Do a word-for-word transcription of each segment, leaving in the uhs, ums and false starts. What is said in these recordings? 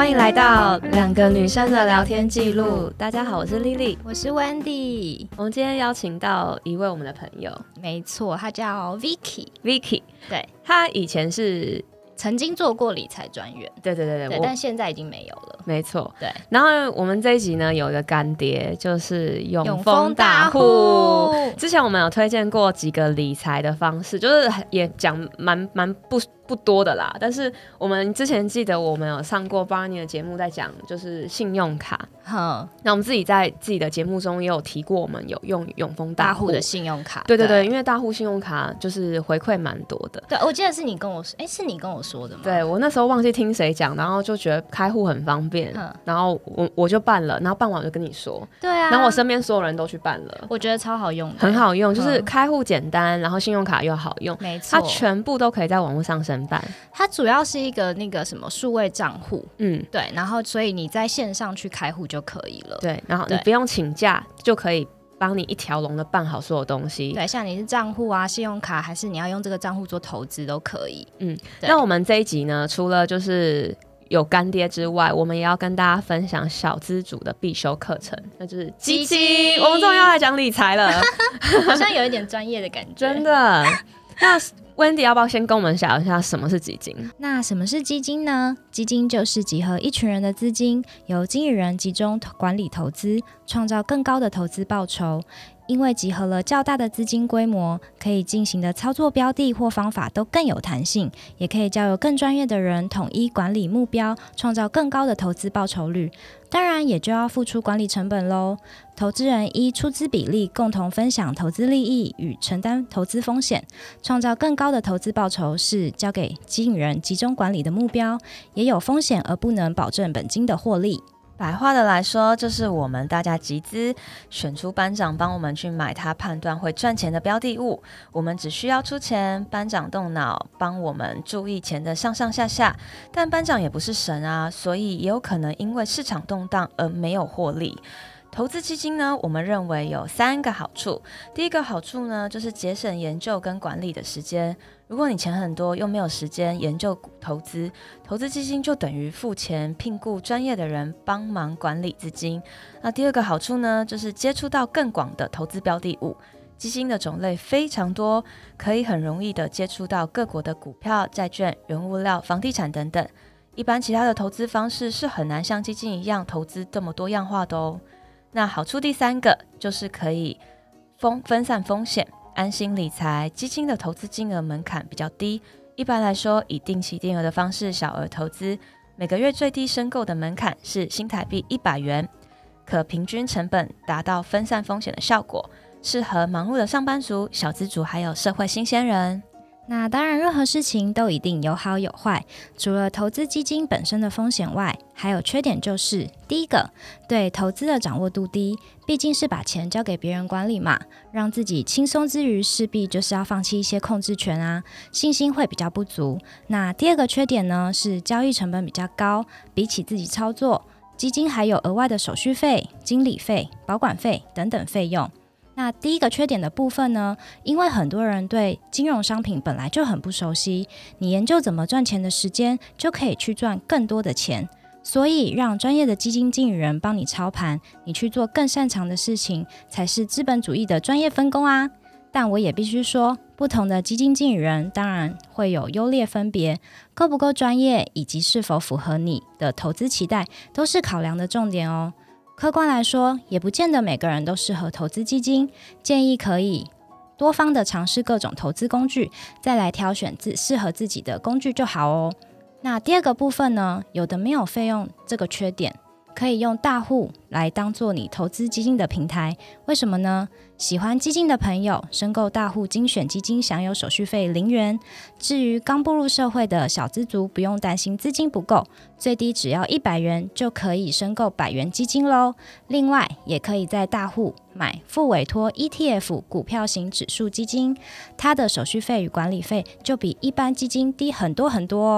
欢迎来到两个女生的聊天记录。大家好，我是 Lily， 我是 Wendy。 我们今天邀请到一位我们的朋友， 没错，她叫 Vicky。 Vicky， 对， 她以前是曾经做过理财专员， 对对对 对， 对但现在已经没有了。 没错， 对。 然后我们这一集呢，有一个干爹，就是永丰大户。 之前我们有推荐过几个理财的方式，就是也讲蛮蛮不不多的啦。但是我们之前记得我们有上过 Barney 的节目，在讲就是信用卡。 哼， 那我们自己在自己的节目中也有提过，我们有用永丰大户的信用卡。 对对对，因为大户信用卡就是回馈蛮多的。 对，我记得是你跟我说，哎，是你跟我说的吗？ 对，我那时候忘记听谁讲，然后就觉得开户很方便，然后我我就办了，然后办完我就跟你说。 对啊。 然后我身边所有人都去办了， 我觉得超好用的， 很好用，就是开户简单，然后信用卡又好用， 没错， 它全部都可以在网络上申办。 它主要是一个那个什么数位账户， 嗯， 对，然后所以你在线上去开户就可以了。 对，然后你不用请假就可以帮你一条龙的办好所有东西。 对，像你是账户啊、信用卡，还是你要用这个账户做投资都可以。 嗯，那我们这一集呢，除了就是有干爹之外，我们也要跟大家分享小资主的必修课程，那就是基金。我们终于要来讲理财了， 好像有一点专业的感觉。 真的。那Wendy 要不要先跟我们讲一下什么是基金？ 那什么是基金呢？基金就是集合一群人的资金，由经理人集中管理投资，创造更高的投资报酬。因为集合了较大的资金规模，可以进行的操作标的或方法都更有弹性，也可以交由更专业的人统一管理目标，创造更高的投资报酬率。当然也就要付出管理成本咯。投资人依出资比例共同分享投资利益与承担投资风险，创造更高的投资报酬是交给经理人集中管理的目标，也有风险而不能保证本金的获利。 白话的来说，就是我们大家集资，选出班长帮我们去买他判断会赚钱的标的物，我们只需要出钱，班长动脑帮我们注意钱的上上下下。但班长也不是神啊，所以也有可能因为市场动荡而没有获利。投资基金呢，我们认为有三个好处。第一个好处呢，就是节省研究跟管理的时间。如果你钱很多又没有时间研究投资，投资基金就等于付钱聘雇专业的人帮忙管理资金。那第二个好处呢，就是接触到更广的投资标的物。基金的种类非常多，可以很容易的接触到各国的股票、债券、原物料、房地产等等。一般其他的投资方式是很难像基金一样投资这么多样化的哦。那好处第三个就是可以分分散风险，安心理财。基金的投资金额门槛比较低，一般来说以定期定额的方式小额投资，每个月最低申购的门槛是新台币一百元，可平均成本达到分散风险的效果，适合忙碌的上班族、小资族还有社会新鲜人。 那当然任何事情都一定有好有坏，除了投资基金本身的风险外，还有缺点，就是第一个，对投资的掌握度低，毕竟是把钱交给别人管理嘛，让自己轻松之余，势必就是要放弃一些控制权啊，信心会比较不足。那第二个缺点呢，是交易成本比较高，比起自己操作，基金还有额外的手续费、经理费、保管费等等费用。那第一个缺点的部分呢，因为很多人对金融商品本来就很不熟悉，你研究怎么赚钱的时间就可以去赚更多的钱，所以让专业的基金经理人帮你操盘，你去做更擅长的事情，才是资本主义的专业分工啊。但我也必须说，不同的基金经理人当然会有优劣分别，够不够专业以及是否符合你的投资期待，都是考量的重点哦。客观来说，也不见得每个人都适合投资基金，建议可以多方的尝试各种投资工具，再来挑选自适合自己的工具就好哦。那第二个部分呢，有的没有费用这个缺点，可以用大户来当做你投资基金的平台。为什么呢？喜欢基金的朋友，申购大户精选基金享有手续费零元。至于刚步入社会的小资族，不用担心资金不够，最低只要一百元就可以申购百元基金咯。另外，也可以在大户买副委托 E T F 股票型指数基金，它的手续费与管理费就比一般基金低很多很多哦。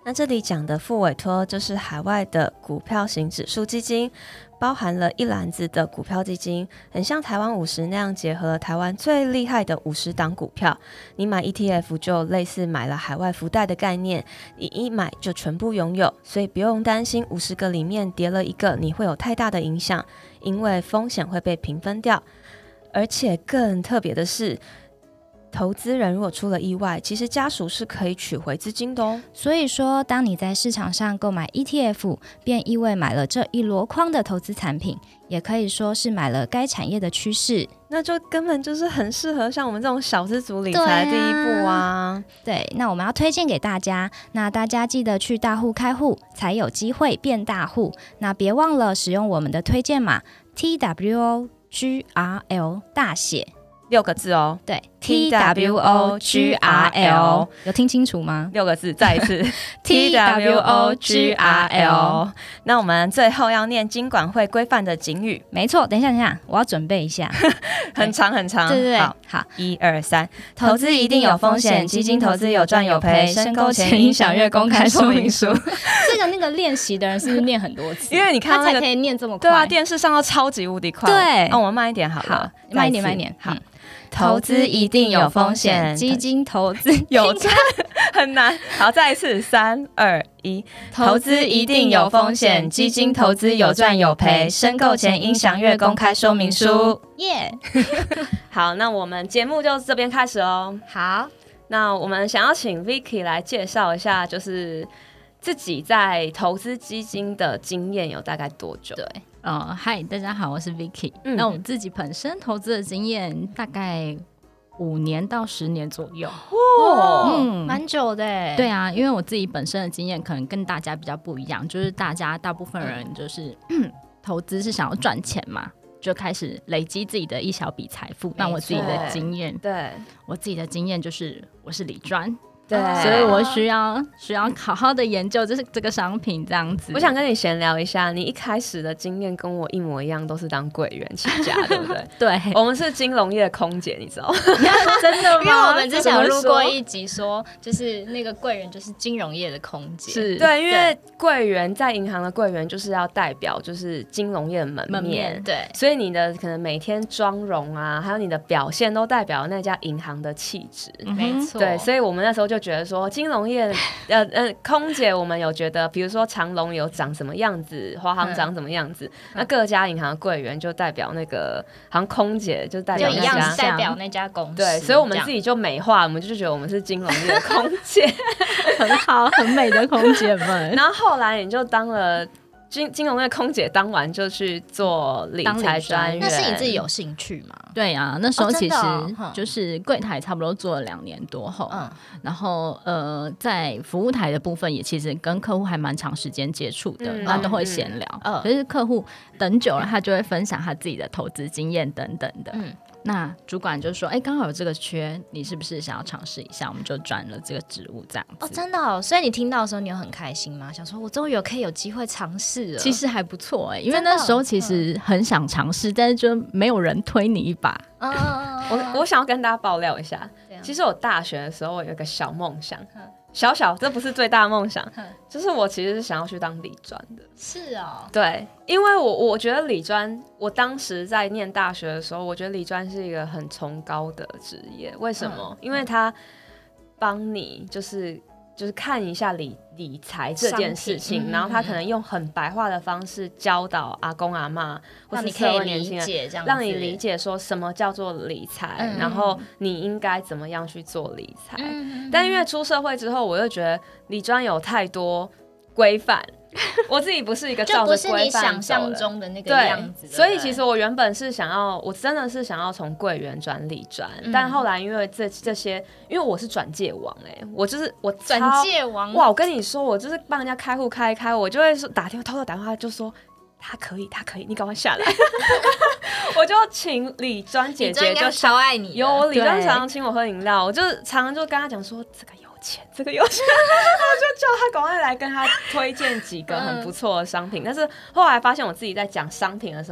那这里讲的副委托就是海外的股票型指数基金，包含了一篮子的股票基金，很像台湾五十那样结合了台湾最厉害的五十档股票。你买 E T F 就类似买了海外福袋的概念，你一买就全部拥有，所以不用担心五十个里面跌了一个你会有太大的影响，因为风险会被平分掉。而且更特别的是，投资人如果出了意外，其实家属是可以取回资金的哦。 所以说，当你在市场上购买 E T F， 便意味买了这一箩筐的投资产品，也可以说是买了该产业的趋势。 那就根本就是很适合像我们这种小资族理财的第一步啊。 对，那我们要推荐给大家，那大家记得去大户开户，才有机会变大户。那别忘了使用我们的推荐码 T W O G R L 大写。 六个字哦， 对 T W O G R L， 有听清楚吗？ 六个字，再一次T W O G R L。 那我们最后要念金管会规范的警语。 没错，等一下等一下，我要准备一下很长很长， 对对对， 好好， 一二三，投资一定有风险，基金投资有赚有赔，申购前应详阅公开说明书。 这个那个练习的人是不是念很多次？ 因为你看到那个他才可以念这么快。 对啊，电视上都超级无敌快。 对， 那、哦、我们慢一点好了， 好，慢一点慢一点，好。 嗯，投资一定有风险， 基金投资有赚很难。好，再一次，三二一，投资一定有风险，基金投资有赚有赔，申购前应详阅公开说明书。 耶、 yeah ！好，那我们节目就这边开始哦。 好， 那我们想要请 Vicky 来介绍一下，就是自己在投资基金的经验有大概多久？ 对。呃，嗨，大家好，我是 Vicky、嗯。那我自己本身投资的经验大概五年到十年左右， 哦，嗯，蛮久的。 对啊，因为我自己本身的经验可能跟大家比较不一样，就是大家大部分人就是投资是想要赚钱嘛，就开始累积自己的一小笔财富。但我自己的经验， 对， 我自己的经验就是我是理专。 对， 所以我需要需要好好的研究这是这个商品这样子。 我想跟你闲聊一下，你一开始的经验跟我一模一样，都是当柜员起家，对不对？ 对， 我们是金融业的空姐，你知道真的吗？因为我们之前有录过一一集说，就是那个柜员就是金融业的空姐， 是对，因为柜员在银行的柜员就是要代表就是金融业的门面， 门面对， 所以你的可能每天妆容啊，还有你的表现都代表那家银行的气质， 没错。 对，所以我们那时候就觉得说，金融业呃呃，空姐我们有觉得，比如说长隆有长什么样子，华航长什么样子，嗯、那各家银行的柜员就代表那个，好像空姐就代表那家， 就一样是代表那家公司。 对，所以我们自己就美化，我们就觉得我们是金融业的空姐， 很好，很美的空姐们。 然后后来你就当了。金金融业空姐当完就去做理财专员， 那是你自己有兴趣吗？ 对啊，那时候其实哦就是柜台差不多做了两年多后，嗯、然后呃，在服务台的部分也其实跟客户还蛮长时间接触的，那、嗯、都会闲聊。嗯、可是客户等久了，他就会分享他自己的投资经验等等的。嗯，那主管就说：“哎、欸，刚好有这个缺，你是不是想要尝试一下？”我们就转了这个职务这样子。 哦，真的哦！所以你听到的时候，你有很开心吗？想说我终于有可以有机会尝试了。 其实还不错哎、欸，因为那时候其实很想尝试，嗯、但是就没有人推你一把。 嗯、我我想要跟大家爆料一下，其实我大学的时候我有一个小梦想。小小，这不是最大的梦想，就是我其实是想要去当理专的。 是哦， 对，因为我我觉得理专，我当时在念大学的时候，我觉得理专是一个很崇高的职业。为什么？嗯、因为他帮你就是就是看一下理理财这件事情，嗯、然后他可能用很白话的方式教导阿公阿嬷或是社会年轻人，让你理解说什么叫做理财，嗯、然后你应该怎么样去做理财。嗯、但因为出社会之后，我就觉得理专有太多规范。我自己不是一个照着规范走的，就不是你想象中的那个样子。所以其实我原本是想要，我真的是想要从柜员转理专，嗯、但后来因为这这些，因为我是转介王哎、欸，我就是我转介王哇！我跟你说，我就是帮人家开户开一开，我就会说打电话偷偷打电话就说他可以，他可以，你赶快下来。我就请理专姐姐就超爱你， 有我理专常常请我喝饮料，我就常常就跟他讲说这个有钱，这个有钱，我就叫他赶快来跟他推荐几个很不错的商品。嗯、但是后来发现我自己在讲商品的时候，我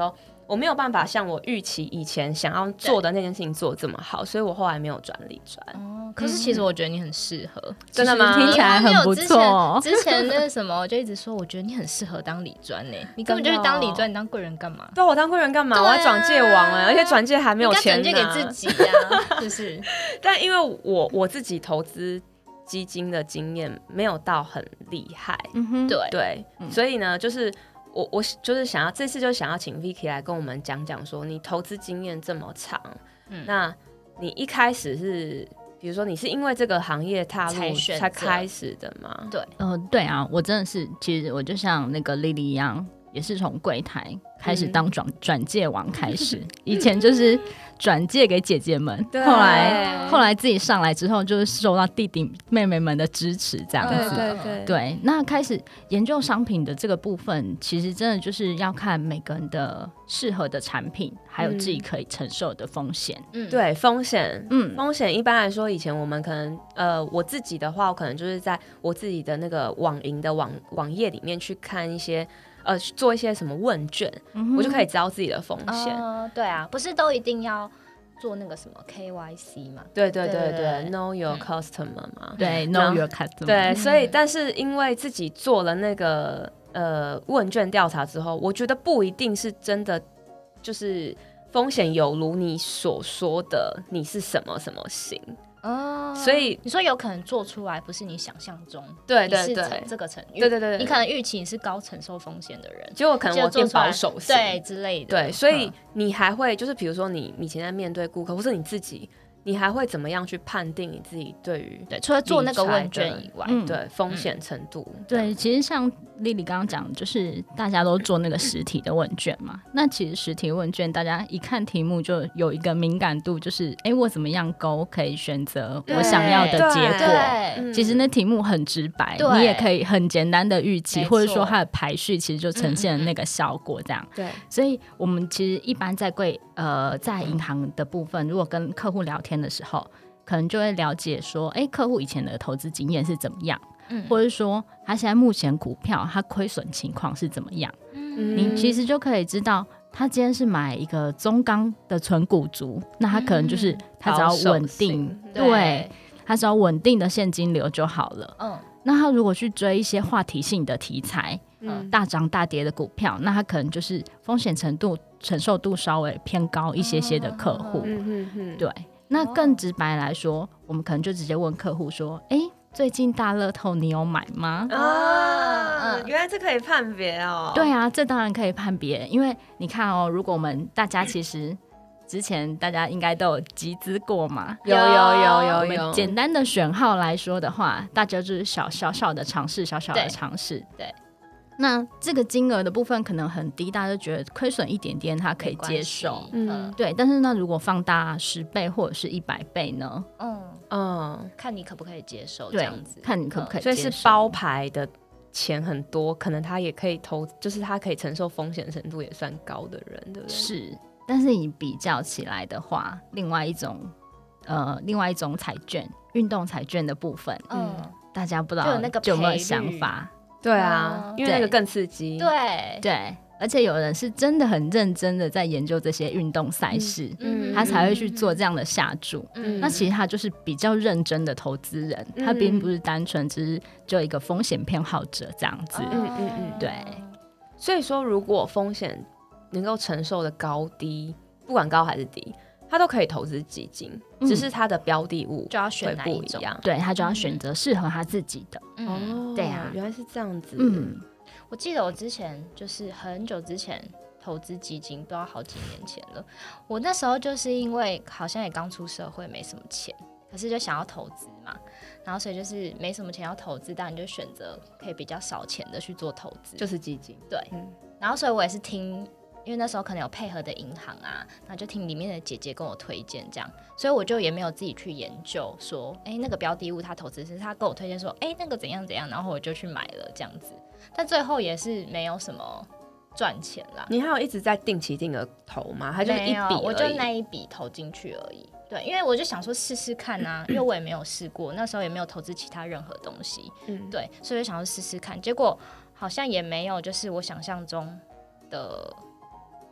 我没有办法像我预期以前想要做的那件事情做这么好，所以我后来没有转理专。 哦，可是其实我觉得你很适合， 嗯、真的吗？ 听起来很不错。 之前那什么，我就一直说，我觉得你很适合当理专呢。你根本就是当理专，你当贵人干嘛？ 对，我当贵人干嘛？啊、我要转介王哎、欸，而且转介还没有钱拿， 转介给自己呀、啊，就是。 但因为我我自己投资基金的经验没有到很厉害， 嗯哼，对对、嗯，所以呢，就是我我就是想要这次就想要请 Vicky 来跟我们讲讲说，你投资经验这么长，嗯，那你一开始是，比如说你是因为这个行业踏入才开始的吗？ 对， 呃，对啊，我真的是，其实我就像那个 Lily 一样，也是从柜台开始当转转介王开始，以前就是转介给姐姐们，后来后来自己上来之后，就是受到弟弟妹妹们的支持，这样子。 对对对。 对，那开始研究商品的这个部分，其实真的就是要看每个人的适合的产品，还有自己可以承受的风险。 嗯，对，风险，嗯，风险一般来说，以前我们可能，呃，我自己的话，我可能就是在我自己的那个网银的网网页里面去看一些。呃，做一些什么问卷、嗯，我就可以知道自己的风险、 呃。对啊，不是都一定要做那个什么 K Y C 嘛？ 对对对 对, 对 ，Know your customer 嘛、 嗯。对 ，Know your customer。 对，所以但是因为自己做了那个呃问卷调查之后，我觉得不一定是真的，就是风险有如你所说的，你是什么什么型。哦，所以你说有可能做出来不是你想象中， 对对对， 这个程， 对对对， 你可能预期你是高承受风险的人， 结果可能我变保守型， 对之类的， 对，所以你还会就是比如说你以前在面对顾客，或是你自己，你还会怎么样去判定你自己对于对除了做那个问卷以外， 嗯、对风险程度、 嗯？对，其实像莉莉刚刚讲，就是大家都做那个实体的问卷嘛。那其实实体问卷，大家一看题目就有一个敏感度，就是哎，我怎么样勾可以选择我想要的结果？其实那题目很直白，你也可以很简单的预期，或者说它的排序，其实就呈现了那个效果。这样， 对。 所以我们其实一般在柜呃在银行的部分，如果跟客户聊天的时候，可能就会了解说，哎，客户以前的投资经验是怎么样。嗯、或者说他现在目前股票他亏损情况是怎么样、嗯、你其实就可以知道他今天是买一个中钢的存股族，那他可能就是他只要稳定、嗯、对, 对他只要稳定的现金流就好了、嗯、那他如果去追一些话题性的题材、嗯、大涨大跌的股票，那他可能就是风险程度承受度稍微偏高一些些的客户、嗯、对，那更直白来说，我们可能就直接问客户说，哎，最近大乐透你有买吗？ 啊、嗯，原来这可以判别哦。 对啊，这当然可以判别，因为你看哦，如果我们大家其实之前大家应该都有集资过嘛， 有有有有有。 简单的选号来说的话，大家就是小小小的尝试，小小的尝试。 对。对， 那这个金额的部分可能很低，大家就觉得亏损一点点他可以接受，嗯，对。但是那如果放大十倍或者是一百倍呢？ 嗯嗯，看你可不可以接受这样子， 看你可不可以接受。 所以是包牌的钱很多，可能他也可以投，就是他可以承受风险程度也算高的人，对不对？ 是，但是你比较起来的话，另外一种呃，另外一种彩券，运动彩券的部分，嗯，大家不知道就有那个有没有想法？ 对啊、嗯，因为那个更刺激。 对对，而且有人是真的很认真的在研究这些运动赛事、嗯、他才会去做这样的下注、嗯、那其实他就是比较认真的投资人、嗯、他并不是单纯只是就一个风险偏好者这样子。嗯嗯嗯，对。 所以说如果风险能够承受的高低，不管高还是低，他都可以投资基金、嗯、只是他的标的物就要选哪一种， 对，他就要选择适合他自己的、 嗯、哦，对啊，原来是这样子。 嗯，我记得我之前就是很久之前投资基金，不知道好几年前了。我那时候就是因为好像也刚出社会，没什么钱，可是就想要投资嘛，然后所以就是没什么钱要投资，当然就选择可以比较少钱的去做投资， 就是基金。 对、嗯，然后所以我也是听。因为那时候可能有配合的银行啊，然后就听里面的姐姐跟我推荐这样，所以我就也没有自己去研究说，哎，那个标的物他投资是他跟我推荐说，哎，那个怎样怎样，然后我就去买了这样子，但最后也是没有什么赚钱啦。 你还有一直在定期定额投吗？还就是一笔而已？ 我就那一笔投进去而已。对，因为我就想说试试看啊，因为我也没有试过，那时候也没有投资其他任何东西，嗯，对，所以就想说试试看，结果好像也没有就是我想象中的。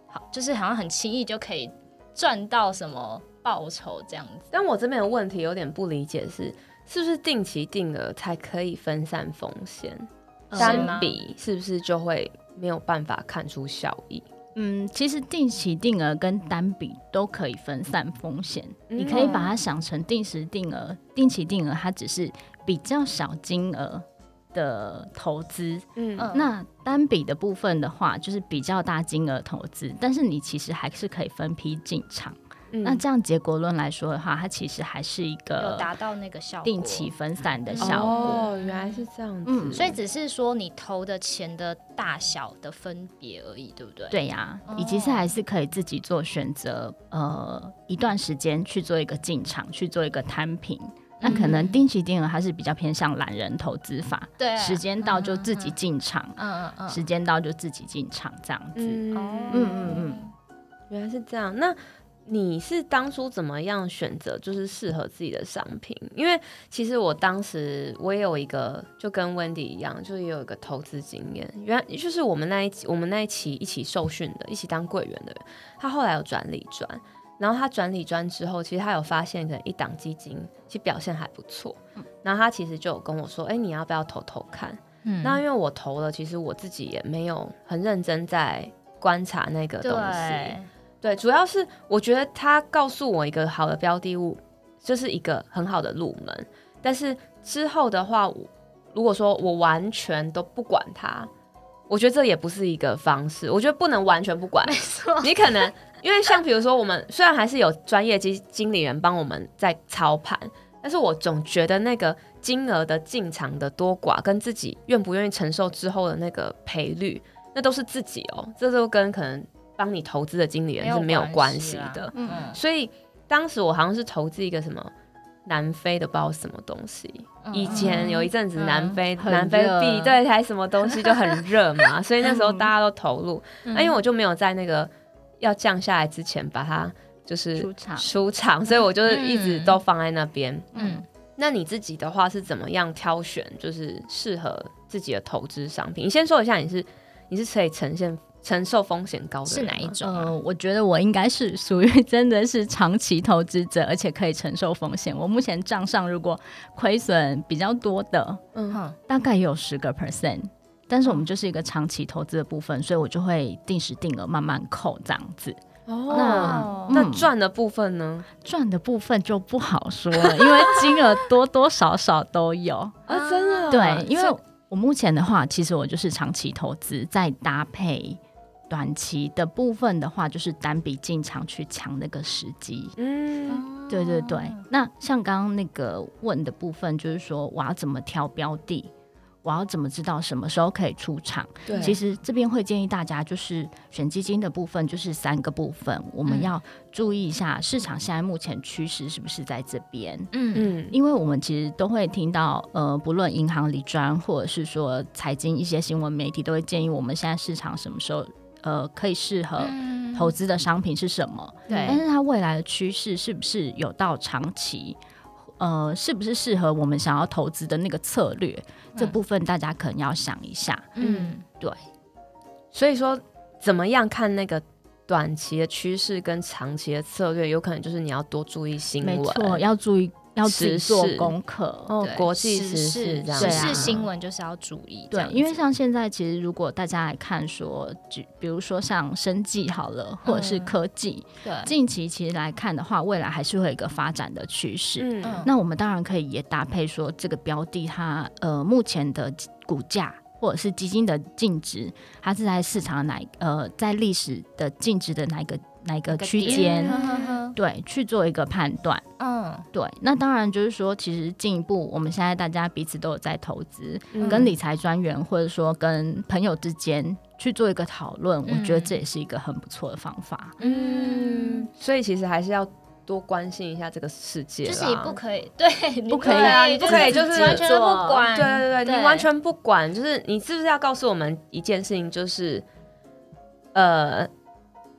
好，就是好像很轻易就可以赚到什么报酬这样子。 但我这边的问题有点不理解是，是不是定期定额才可以分散风险？单笔是不是就会没有办法看出效益？ 嗯，其实定期定额跟单笔都可以分散风险、嗯、你可以把它想成定时定额、定期定额它只是比较小金额的投资，嗯，那单笔的部分的话就是比较大金额投资，但是你其实还是可以分批进场、嗯、那这样结果论来说的话，它其实还是一个有达到那个效果， 定期分散的效果。 哦，原来是这样子、嗯、 所以只是说你投的钱的大小的分别而已，对不对？ 对呀、啊哦，以及是还是可以自己做选择，呃，一段时间去做一个进场，去做一个摊平。那可能定期定额它是比较偏向懒人投资法，对，时间到就自己进场，嗯嗯嗯，时间到就自己进场这样子。嗯嗯嗯嗯，原来是这样。那你是当初怎么样选择就是适合自己的商品？因为其实我当时我也有一个，就跟 Wendy 一样，就也有一个投资经验。原来就是我们那一期我们那一期一起受训的，一起当柜员的人，他后来有转理专。然后他转理专之后，其实他有发现一档基金其实表现还不错、嗯、然后他其实就有跟我说，哎，你要不要投投看、嗯、那因为我投了，其实我自己也没有很认真在观察那个东西， 对, 对，主要是我觉得他告诉我一个好的标的物就是一个很好的入门，但是之后的话，如果说我完全都不管它，我觉得这也不是一个方式，我觉得不能完全不管，没错，你可能因为像比如说我们虽然还是有专业经经理人帮我们在操盘，但是我总觉得那个金额的进场的多寡跟自己愿不愿意承受之后的那个赔率，那都是自己哦，这都跟可能帮你投资的经理人是没有关系的。嗯，所以当时我好像是投资一个什么南非的不知道什么东西、嗯、以前有一阵子南非、嗯、南非币对还什么东西就很热嘛所以那时候大家都投入、嗯、那因为我就没有在那个要降下来之前把它就是出场出场，所以我就是一直都放在那边。嗯, 嗯，那你自己的话是怎么样挑选就是适合自己的投资商品？你先说一下你是你是可以呈现承受风险高的人是哪一种、 啊呃、我觉得我应该是属于真的是长期投资者，而且可以承受风险。我目前账上如果亏损比较多的、嗯、大概有十个 percent， 但是我们就是一个长期投资的部分，所以我就会定时定额慢慢扣这样子。 哦，那那赚的部分呢？ 赚的部分就不好说了，因为金额多多少少都有啊，真的。 对，因为我目前的话，其实我就是长期投资，再搭配短期的部分的话，就是单笔进场去抢那个时机。嗯，对对对。那像刚刚那个问的部分，就是说我要怎么挑标的？我要怎么知道什么时候可以出场？对，其实这边会建议大家就是选基金的部分就是三个部分，我们要注意一下市场现在目前趋势是不是在这边。嗯嗯，因为我们其实都会听到呃，不论银行理专或者是说财经一些新闻媒体都会建议我们现在市场什么时候呃可以适合投资的商品是什么？对、嗯，但是它未来的趋势是不是有到长期？呃，是不是适合我们想要投资的那个策略、嗯、这部分大家可能要想一下。嗯，对。 所以说怎么样看那个短期的趋势跟长期的策略，有可能就是你要多注意新闻， 没错，要注意要自己做功课哦，国际时事这样， 时事新闻就是要注意。 对，因为像现在其实如果大家来看说，比如说像生技好了，或者是科技，对、嗯，近期其实来看的话，未来还是会有一个发展的趋势。嗯，那我们当然可以也搭配说这个标的它呃目前的股价。或者是基金的净值，它是在市场哪呃，在历史的净值的哪一个哪一个区间，对，去做一个判断。嗯，对。那当然就是说，其实进一步，我们现在大家彼此都有在投资，嗯、跟理财专员或者说跟朋友之间去做一个讨论、嗯，我觉得这也是一个很不错的方法。 嗯，所以其实还是要多关心一下这个世界啦， 就是你不可以，对， 不可以啊，你不可以就是完全都不管， 对对 对, 对，你完全不管，就是你是不是要告诉我们一件事情，就是呃，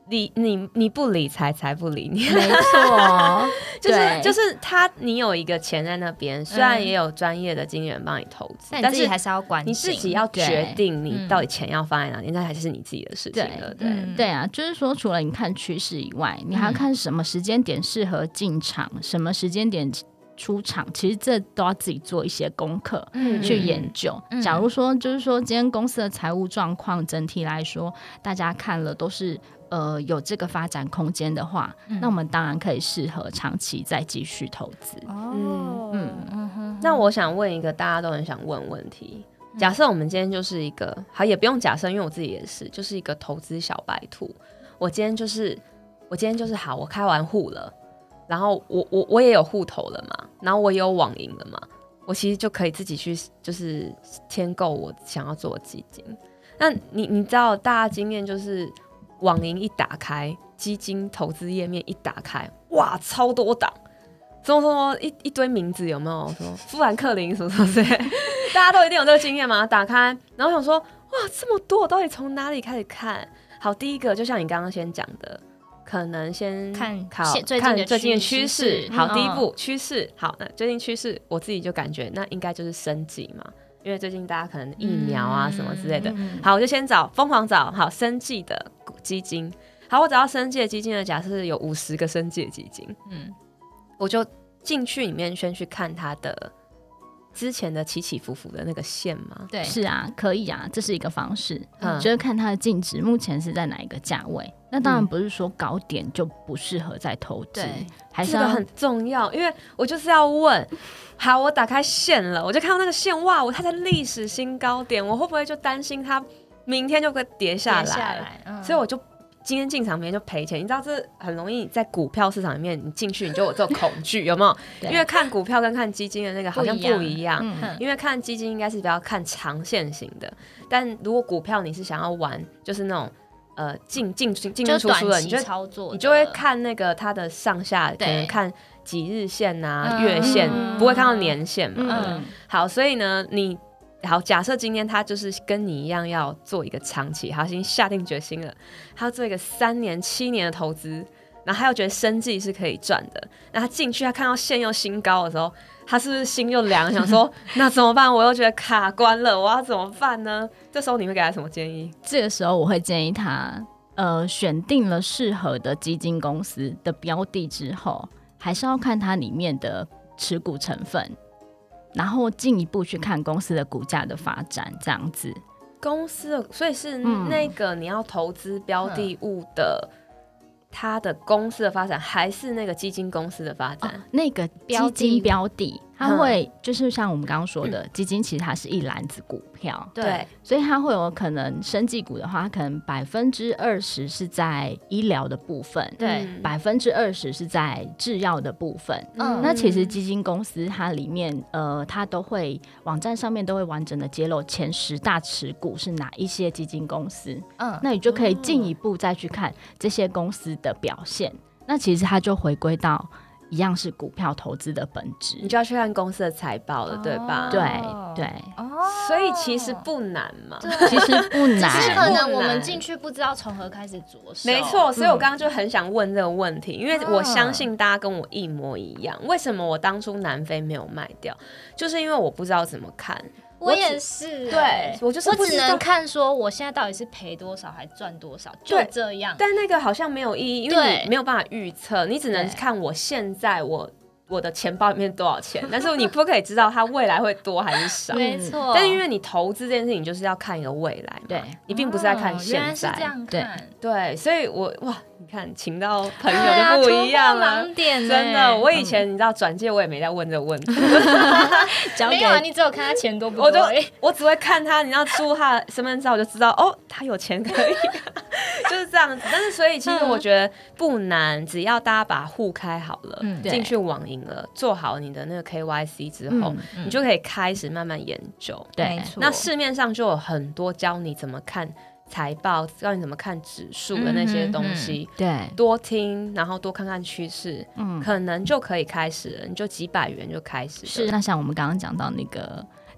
理你你不理财，财不理你， 没错， 就是就是他，你有一个钱在那边，虽然也有专业的经纪人帮你投资， 但是你自己还是要关心， 你自己要决定你到底钱要放在哪里，那还是你自己的事情了。对、 嗯、对啊，就是说除了你看趋势以外，你还要看什么时间点适合进场，嗯、什么时间点出场，其实这都要自己做一些功课、嗯、去研究、嗯、假如说就是说今天公司的财务状况整体来说大家看了都是呃有这个发展空间的话、嗯、那我们当然可以适合长期再继续投资。 哦，嗯嗯，那我想问一个大家都很想问问题，假设我们今天就是一个好，也不用假设，因为我自己也是就是一个投资小白兔，我今天就是我今天就是好，我开完户了，然后我我我也有户头了嘛，然后我也有网银了嘛，我其实就可以自己去就是添购我想要做的基金。那你你知道大家经验就是网银一打开，基金投资页面一打开，哇，超多档，什么什么一一堆名字，有没有？什么富兰克林什么什么之类，大家都一定有这个经验吗？打开，然后想说，哇，这么多，我到底从哪里开始看？好，第一个就像你刚刚先讲的。可能先看考最看最近的趋势，好， 嗯、 第一步趋势，好，那最近趋势，我自己就感觉那应该就是生技嘛，因为最近大家可能疫苗啊、嗯、什么之类的，好，我就先找疯狂找好生技的基金，好，我找到生技的基金的，假设有五十个生技的基金，嗯，我就进去里面先去看它的之前的起起伏伏的那个线吗？ 对，是啊，可以啊，这是一个方式，嗯，就是看它的净值目前是在哪一个价位。那当然不是说高点就不适合再投资， 对， 还是这个很重要，因为我就是要问，好，我打开线了，我就看到那个线，哇，它在历史新高点，我会不会就担心它明天就会跌下来？ 跌下来，嗯， 所以我就今天进场，明天就赔钱。你知道这很容易在股票市场里面，你进去你就有这种恐惧，有没有？因为看股票跟看基金的那个好像不一样，嗯、因为看基金应该是比较看长线型的，但如果股票你是想要玩，就是那种。呃，进进进进出出的，你就操作， 你就会看那个它的上下，可能看几日线啊、嗯、月线，不会看到年线嘛。嗯、好，所以呢，你好，假设今天他就是跟你一样要做一个长期，他已经下定决心了，他要做一个三年、七年的投资，然后他又觉得生技是可以赚的，那他进去，他看到线又新高的时候，他是不是心又凉，想说那怎么办？我又觉得卡关了，我要怎么办呢？这时候你会给他什么建议？ 这个时候我会建议他，呃，选定了适合的基金公司的标的之后，还是要看它里面的持股成分，然后进一步去看公司的股价的发展，这样子。 公司的，所以是那个你要投资标的物的。嗯，它的公司的发展还是那个基金公司的发展？哦、 那个基金标的，它会、嗯、就是像我们刚刚说的，嗯、基金其实它是一篮子股票， 对， 所以它会有可能生技股的话，它可能百分之二十是在医疗的部分， 对， 百分之二十是在制药的部分。嗯，那其实基金公司它里面呃，它都会网站上面都会完整的揭露前十大持股是哪一些基金公司。嗯，那你就可以进一步再去看这些公司的表现，那其实它就回归到一样是股票投资的本质， 你就要去看公司的财报了，哦、对吧？ 对对、哦， 所以其实不难嘛， 其实不难， 只是可能我们进去不知道从何开始着手。 没错，所以我刚刚就很想问这个问题，嗯、因为我相信大家跟我一模一样。为什么我当初南非没有卖掉，就是因为我不知道怎么看。 我也是， 对，我就是我只能看说我现在到底是赔多少还赚多少，就这样。 但那个好像没有意义，因为你没有办法预测，你只能看我现在我我的钱包里面多少钱，但是你不可以知道它未来会多还是少。 没错， 但是因为你投资这件事情就是要看一个未来嘛， 对， 你并不是在看现在。 哦、原来是这样看， 对对，所以我哇，你看请到朋友就不一样了， 啊、盲点真的。我以前你知道转介我也没在问这个问题， 没有啊，你只有看他钱多不多， 我就我只会看他，你要出他的身份证，我就知道哦，他有钱可以，就是这样子。但是所以其实我觉得不难，只要大家把户开好了，嗯、进去网银了，做好你的那个 K Y C 之后，嗯、你就可以开始慢慢研究。 对， 那市面上就有很多教你怎么看财报，教你怎么看指数的那些东西， 嗯、对， 多听，然后多看看趋势，嗯，可能就可以开始了，你就几百元就开始了。 是，那像我们刚刚讲到那个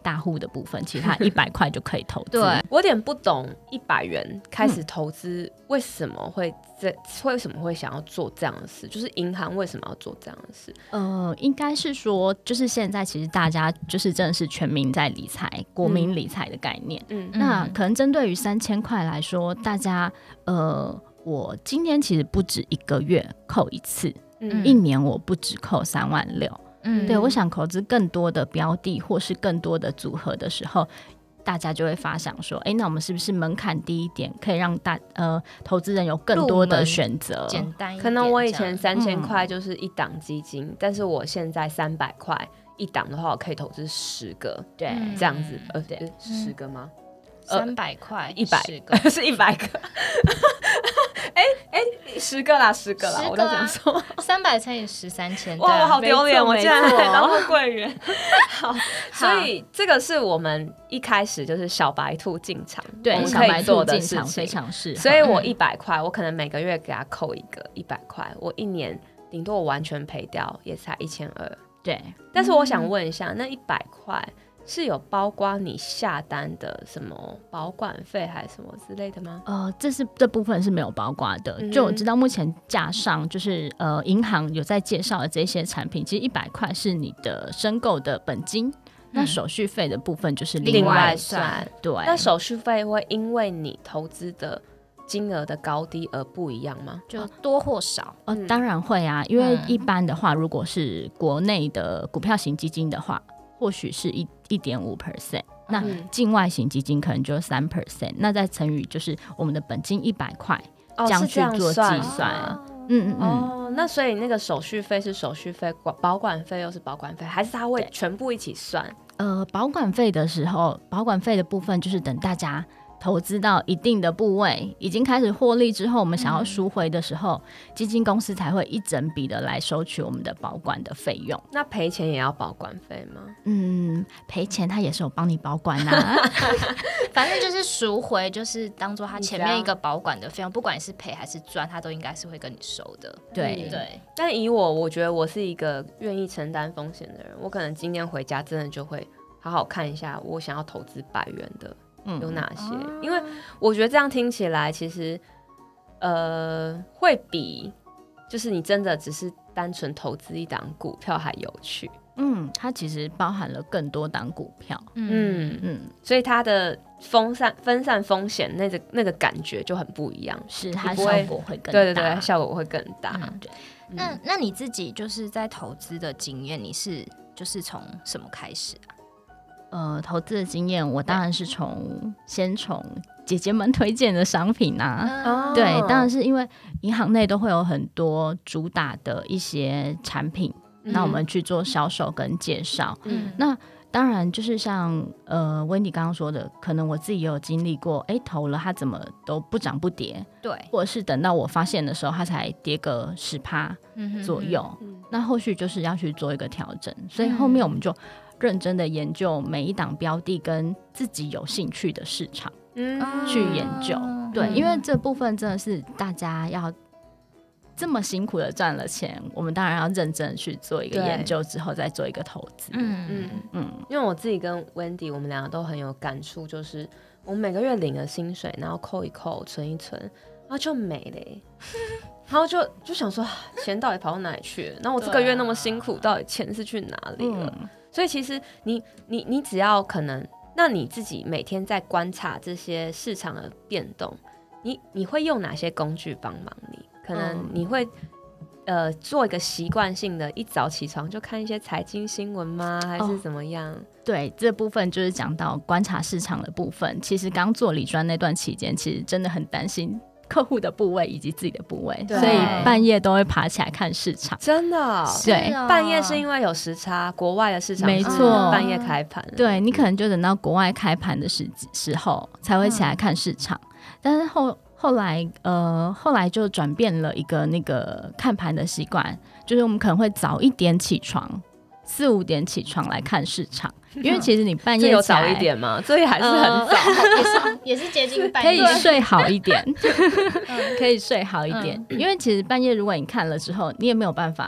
大户的部分，其实他一百块就可以投资。 对， 我有点不懂一百元开始投资、嗯、为什么会这为什么会想要做这样的事？就是银行为什么要做这样的事？ 呃，应该是说，就是现在其实大家就是真的是全民在理财、国民理财的概念。嗯，那可能针对于三千块来说，大家呃，我今年其实不止一个月扣一次，嗯、一年我不止扣三万六。嗯，对，我想投资更多的标的或是更多的组合的时候，大家就会发想说，哎，那我们是不是门槛低一点，可以让大呃投资人有更多的选择， 简单一点。 可能我以前三千块就是一档基金、嗯，但是我现在三百块一档的话，我可以投资十个，对，这样子，呃，对，十个吗？ 三百块， 一百个是一百个。哎哎，十个啦，十个啦，我在讲说三百乘以十三千， 哇，我好丢脸，我竟然还当过柜员。好，所以这个是我们一开始就是小白兔进场， 对， 小白兔进场非常适合。 所以我一百块，我可能每个月给他扣一个一百块，我一年顶多我完全赔掉也才一千二。 对， 但是我想问一下，那一百块是有包括你下单的什么保管费还是什么之类的吗？ 呃，这是这部分是没有包括的。嗯、就我知道目前架上就是呃银行有在介绍的这些产品，其实一百块是你的申购的本金，嗯、那手续费的部分就是另外算。对， 那手续费会因为你投资的金额的高低而不一样吗？ 就多或少？ 呃，嗯、当然会啊，因为一般的话，如果是国内的股票型基金的话，或许是一一点五 percent， 那境外型基金可能就三 percent， 那再乘以就是我们的本金一百块，这样去做计算。 哦、嗯嗯嗯。哦，那所以那个手续费是手续费，保管费又是保管费，还是它会全部一起算？ 呃，保管费的时候，保管费的部分就是等大家投资到一定的部位，已经开始获利之后，我们想要赎回的时候，嗯、基金公司才会一整笔的来收取我们的保管的费用。 那赔钱也要保管费吗？ 嗯，赔钱他也是有帮你保管啊。 反正就是赎回，就是当做他前面一个保管的费用，不管是赔还是赚，他都应该是会跟你收的。 对、嗯、 对。 但以我，我觉得我是一个愿意承担风险的人，我可能今天回家真的就会好好看一下，我想要投资百元的。有哪些、嗯？因为我觉得这样听起来，其实呃，会比就是你真的只是单纯投资一档股票还有趣。 嗯，它其实包含了更多档股票。 嗯嗯，所以它的分散分散风险那个那个感觉就很不一样， 是它效果会更大。 对对对，效果会更大。嗯、对。 那那你自己就是在投资的经验，你是就是从什么开始啊？ 呃，投资的经验，我当然是从先从姐姐们推荐的商品啊，哦、对，当然是因为银行内都会有很多主打的一些产品，嗯、那我们去做销售跟介绍。嗯，那当然就是像呃温迪刚刚说的，可能我自己也有经历过，哎，投了它怎么都不涨不跌， 对， 或者是等到我发现的时候，它才跌个十趴左右，嗯嗯嗯，那后续就是要去做一个调整，所以后面我们就认真的研究每一档标的跟自己有兴趣的市场，嗯、去研究，对，因为这部分真的是大家要这么辛苦的赚了钱，我们当然要认真去做一个研究之后再做一个投资。嗯嗯嗯，因为我自己跟 Wendy 我们两个都很有感触，就是我们每个月领了薪水，然后扣一扣存一存，然后就没了耶然后就就想说钱到底跑到哪里去了，然后我这个月那么辛苦，到底钱是去哪里了？嗯，所以其实你你你只要可能，那你自己每天在观察这些市场的变动，你你会用哪些工具帮忙你？可能你会、嗯、呃做一个习惯性的，一早起床就看一些财经新闻吗？还是怎么样？哦， 对，这部分就是讲到观察市场的部分。其实刚做理专那段期间，其实真的很担心客户的部位以及自己的部位，所以半夜都会爬起来看市场。 真的，哦， 对， 半夜是因为有时差，国外的市场没错， 半夜开盘。 对，你可能就等到国外开盘的时时候才会起来看市场，嗯、但是后后来呃后来就转变了一个那个看盘的习惯，就是我们可能会早一点起床，四五点起床来看市场。因为其实你半夜有早一点吗？这也还是很早， 呃、也是也是接近半夜， 可以睡好一点，可以睡好一点。嗯、因为其实半夜如果你看了之后，你也没有办法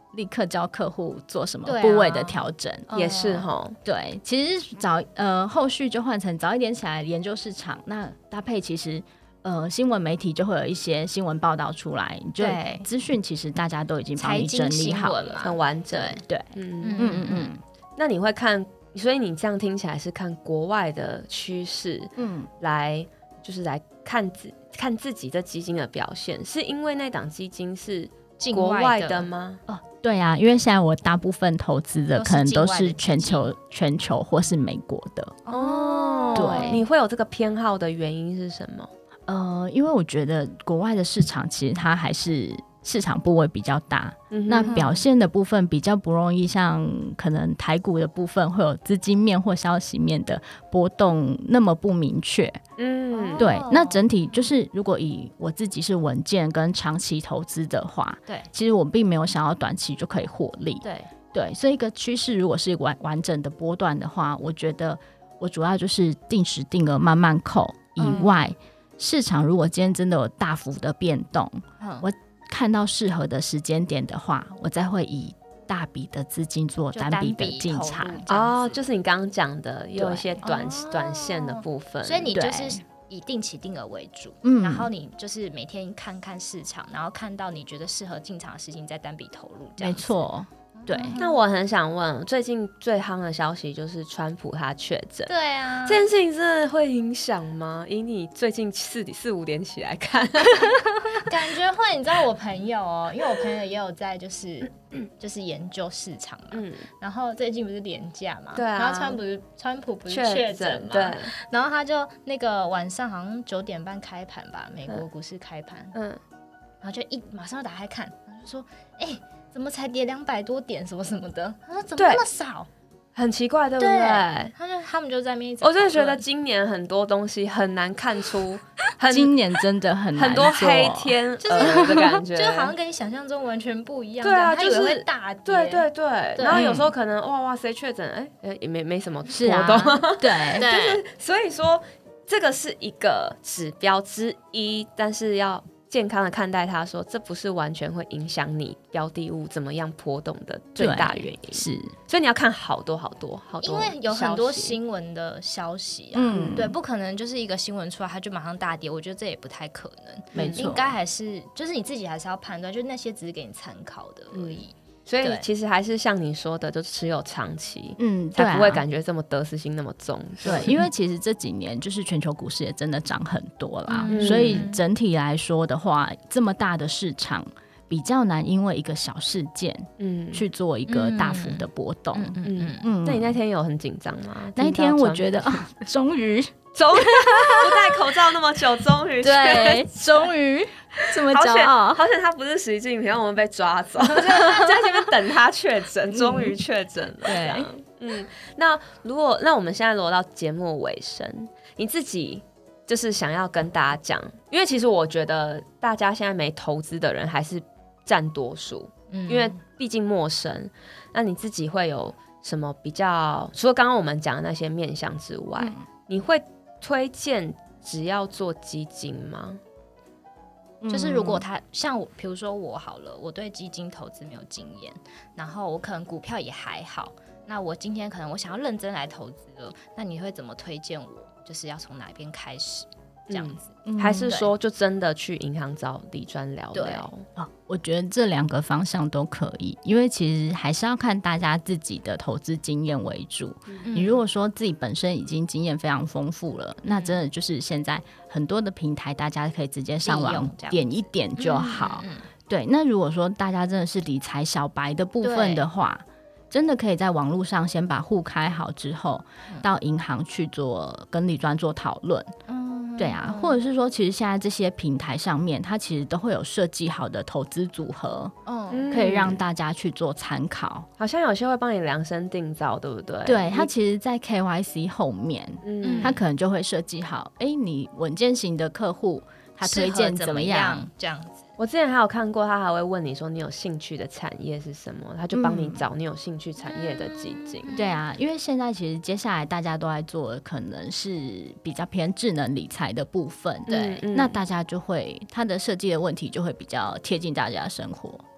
立刻教客户做什么部位的调整， 啊、也是齁。 对，其实早呃后续就换成早一点起来研究市场，那搭配其实呃新闻媒体就会有一些新闻报道出来，就资讯其实大家都已经帮你整理好了， 很完整。 对， 嗯嗯嗯嗯。那你会看，所以你这样听起来是看国外的趋势，嗯，来就是来看自看自己的基金的表现，是因为那档基金是国外的吗？ 哦，对啊，因为现在我大部分投资的可能都是全球、全球或是美国的。 哦，对，你会有这个偏好的原因是什么？ 呃，因为我觉得国外的市场其实它还是市场部位比较大，嗯、那表现的部分比较不容易像可能台股的部分会有资金面或消息面的波动那么不明确。嗯，对，那整体就是如果以我自己是稳健跟长期投资的话，对，其实我并没有想要短期就可以获利。对对，所以一个趋势如果是完完整的波段的话，我觉得我主要就是定时定额慢慢扣以外，嗯、市场如果今天真的有大幅的变动，嗯、我看到适合的时间点的话，我再会以大笔的资金做单笔的进场。 哦，就是你刚刚讲的有一些短短线的部分， 所以你就是以定期定额为主，嗯，然后你就是每天看看市场，然后看到你觉得适合进场的事情再单笔投入，这样子。 没错。对， 那我很想问，最近最夯的消息就是川普他确诊， 对啊， 这件事情真的会影响吗？以你最近四四五点起来看， 感觉会。你知道我朋友哦，因为我朋友也有在就是就是研究市场嘛，嗯，然后最近不是连假嘛， 对啊， 然后川普川普不是确诊嘛，对，然后他就那个晚上好像九点半开盘吧，美国股市开盘，嗯，然后就一马上就打开看，然后就说，哎、欸。怎么才跌两百多点什么什么的？他说怎么那么少？ 很奇怪，对不对？ 对，他就他们就在那边。 我真的觉得今年很多东西很难看出， 今年真的很难很多黑天鹅的感觉， 就好像跟你想象中完全不一样。 对啊， 就是会大跌。 对对对。然后有时候可能哇哇谁确诊，哎哎也没没什么波动。 啊、对， 就是所以说这个是一个指标之一，但是要健康的看待它，说这不是完全会影响你标的物怎么样波动的最大原因。 是， 所以你要看好多好多好多， 因为有很多新闻的消息啊，嗯，对，不可能就是一个新闻出来它就马上大跌，我觉得这也不太可能。 没错， 应该还是就是你自己还是要判断，就那些只是给你参考的而已。嗯， 所以其实还是像你说的，就持有长期，嗯，才不会感觉这么得失心那么重。 对，因为其实这几年就是全球股市也真的涨很多啦，嗯、所以整体来说的话，这么大的市场比较难因为一个小事件，嗯，去做一个大幅的波动。嗯嗯嗯, 嗯。那你那天有很紧张吗？ 那一天我觉得啊，终于终于不戴口罩那么久，终于对，终于。这么骄傲， 好险他不是习近平，让我们被抓走，在前面等他确诊，终于确诊了。对，嗯，那如果那我们现在落到节目尾声，你自己就是想要跟大家讲，因为其实我觉得大家现在没投资的人还是占多数，嗯，因为毕竟陌生。那你自己会有什么比较？除了刚刚我们讲的那些面向之外，嗯、你会推荐只要做基金吗？ 就是如果他像我，比如说我好了，我对基金投资没有经验，然后我可能股票也还好，那我今天可能我想要认真来投资了，那你会怎么推荐我？就是要从哪边开始这样子？ 嗯、还是说就真的去银行找理专聊聊？ 哦，我觉得这两个方向都可以，因为其实还是要看大家自己的投资经验为主。嗯、你如果说自己本身已经经验非常丰富了，嗯、那真的就是现在很多的平台，大家可以直接上网点一点就好。嗯嗯、对，那如果说大家真的是理财小白的部分的话，真的可以在网络上先把户开好之后，嗯、到银行去做跟理专做讨论。嗯对啊，或者是说其实现在这些平台上面它其实都会有设计好的投资组合，嗯，可以让大家去做参考。 好像有些会帮你量身定造，对不对？ 对，它其实在 K Y C 后面，嗯，它可能就会设计好，哎，你稳健型的客户他推荐怎么样这样子。 我之前还有看过，他还会问你说你有兴趣的产业是什么，他就帮你找你有兴趣产业的基金。 嗯、对啊，因为现在其实接下来大家都在做的可能是比较偏智能理财的部分，对，嗯嗯、那大家就会他的设计的问题就会比较贴近大家的生活。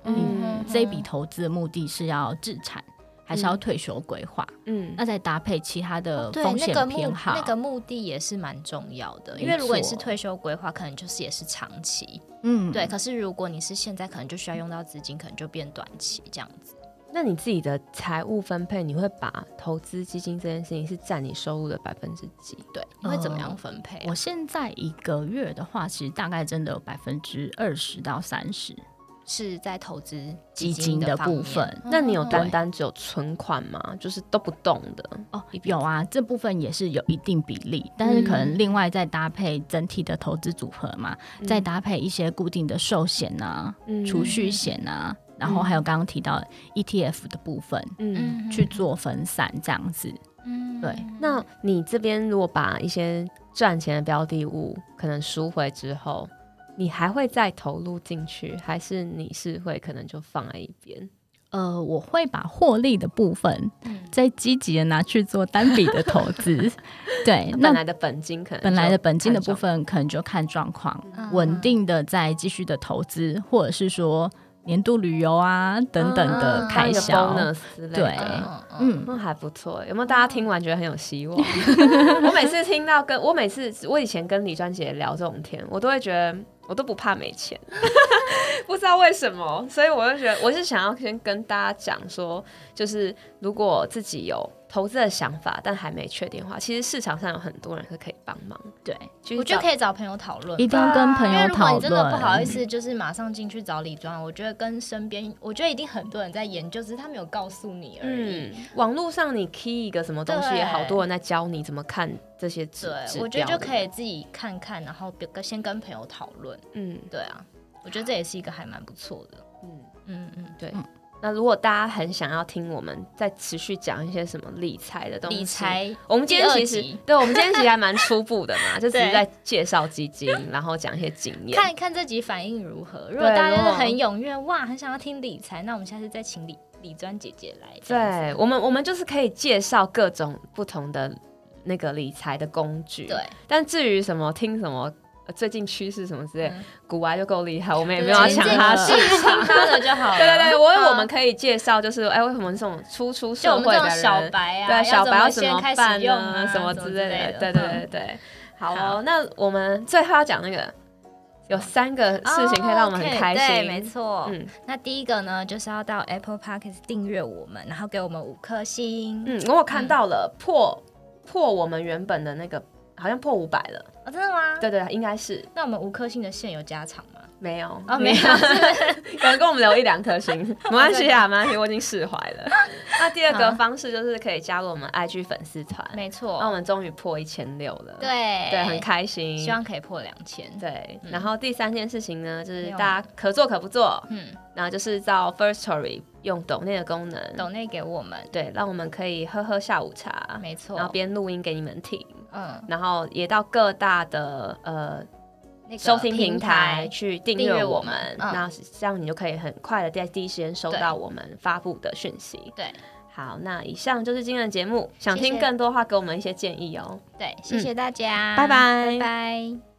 嗯，这一笔投资的目的是要置产还是要退休规划？嗯，那再搭配其他的风险偏好， 那个目的也是蛮重要的。因为如果你是退休规划，可能就是也是长期，嗯，对。可是如果你是现在，可能就需要用到资金，可能就变短期这样子。 那你自己的财务分配，你会把投资基金这件事情是占你收入的百分之几？ 对，你会怎么样分配、啊呃？我现在一个月的话，其实大概真的有百分之二十到三十。 是在投资基金的部分。 那你有单单只有存款吗？就是都不动的？ 哦，有啊，这部分也是有一定比例，但是可能另外再搭配整体的投资组合嘛，嗯、再搭配一些固定的寿险啊、储、嗯、蓄险啊，然后还有刚刚提到 E T F 的部分，嗯，去做分散这样子。嗯，对。 那你这边如果把一些赚钱的标的物可能赎回之后，你还会再投入进去，还是你是会可能就放在一边？ 呃，我会把获利的部分再积极的拿去做单笔的投资。对， 本来的本金可能本来的本金的部分可能就看状况，稳、嗯、定的再继续的投资，或者是说年度旅游啊等等的开销、 嗯、之类的。 对， 嗯，那还不错。有没有大家听完觉得很有希望？我每次听到跟我每次我以前跟李专姐聊这种天，我都会觉得我都不怕没钱，不知道为什么，所以我就觉得我是想要先跟大家讲说，就是如果自己有投资的想法，但还没确定的话，其实市场上有很多人是可以帮忙。 对，我觉得可以找朋友讨论， 一定要跟朋友讨论。因为如果你真的不好意思，就是马上进去找理专，我觉得跟身边，我觉得一定很多人在研究，只是他没有告诉你而已。 嗯，网络上你 key 一个什么东西，也好多人在教你怎么看这些指对，我觉得就可以自己看看，然后先跟朋友讨论。嗯，对啊，我觉得这也是一个还蛮不错的。嗯嗯嗯，对。嗯，那如果大家很想要听我们再持续讲一些什么理财的东西， 理财， 我们今天其实对我们今天其实还蛮初步的嘛，就只是在介绍基金，然后讲一些经验， 看看这集反应如何。如果大家真的很踊跃，哇，很想要听理财，那我们下次再请理理专姐姐来。 对，我们我们就是可以介绍各种不同的那个理财的工具。对，但至于什么听什么。最近趋势什么之类，嗯、股癌就够厉害，我们也没有要抢他市场， 听他的就好了。 对对对，我我们可以介绍，就是哎、欸，为什么这种初出社会的人， 小白啊， 对小白要怎么办呢？ 啊、 什么之类的，对对对对。好哦，好，那我们最后要讲那个有三个事情可以让我们很开心。 哦 okay, 对，没错。嗯，那第一个呢，就是要到 Apple Podcast 订阅我们，然后给我们五颗星。 嗯，我看到了、嗯、破破我们原本的那个。好像破五百了。 哦，真的吗？ 对对，应该是。 那我们五颗星的线有加长吗？ 没有。 哦，没有， 可能跟我们留一两颗星，没关系啊，没关系，我已经释怀了。那第二个方式就是可以加入我们 I G 粉丝团， 没错。 那我们终于破一千六了， 对对，很开心， 希望可以破两千。 对、嗯，然后第三件事情呢，就是大家可做可不做，嗯，然后就是到 Firstory 用抖内的功能， 抖内给我们， 对，让我们可以喝喝下午茶， 没错， 然后边录音给你们听。嗯，然后也到各大的呃、那個、收听平台去订阅我们，嗯、那这样你就可以很快的在第一时间收到我们发布的讯息。 对， 好，那以上就是今天的节目，想听更多的话给我们一些建议哦。 对，谢谢大家， 嗯、拜拜， 拜拜。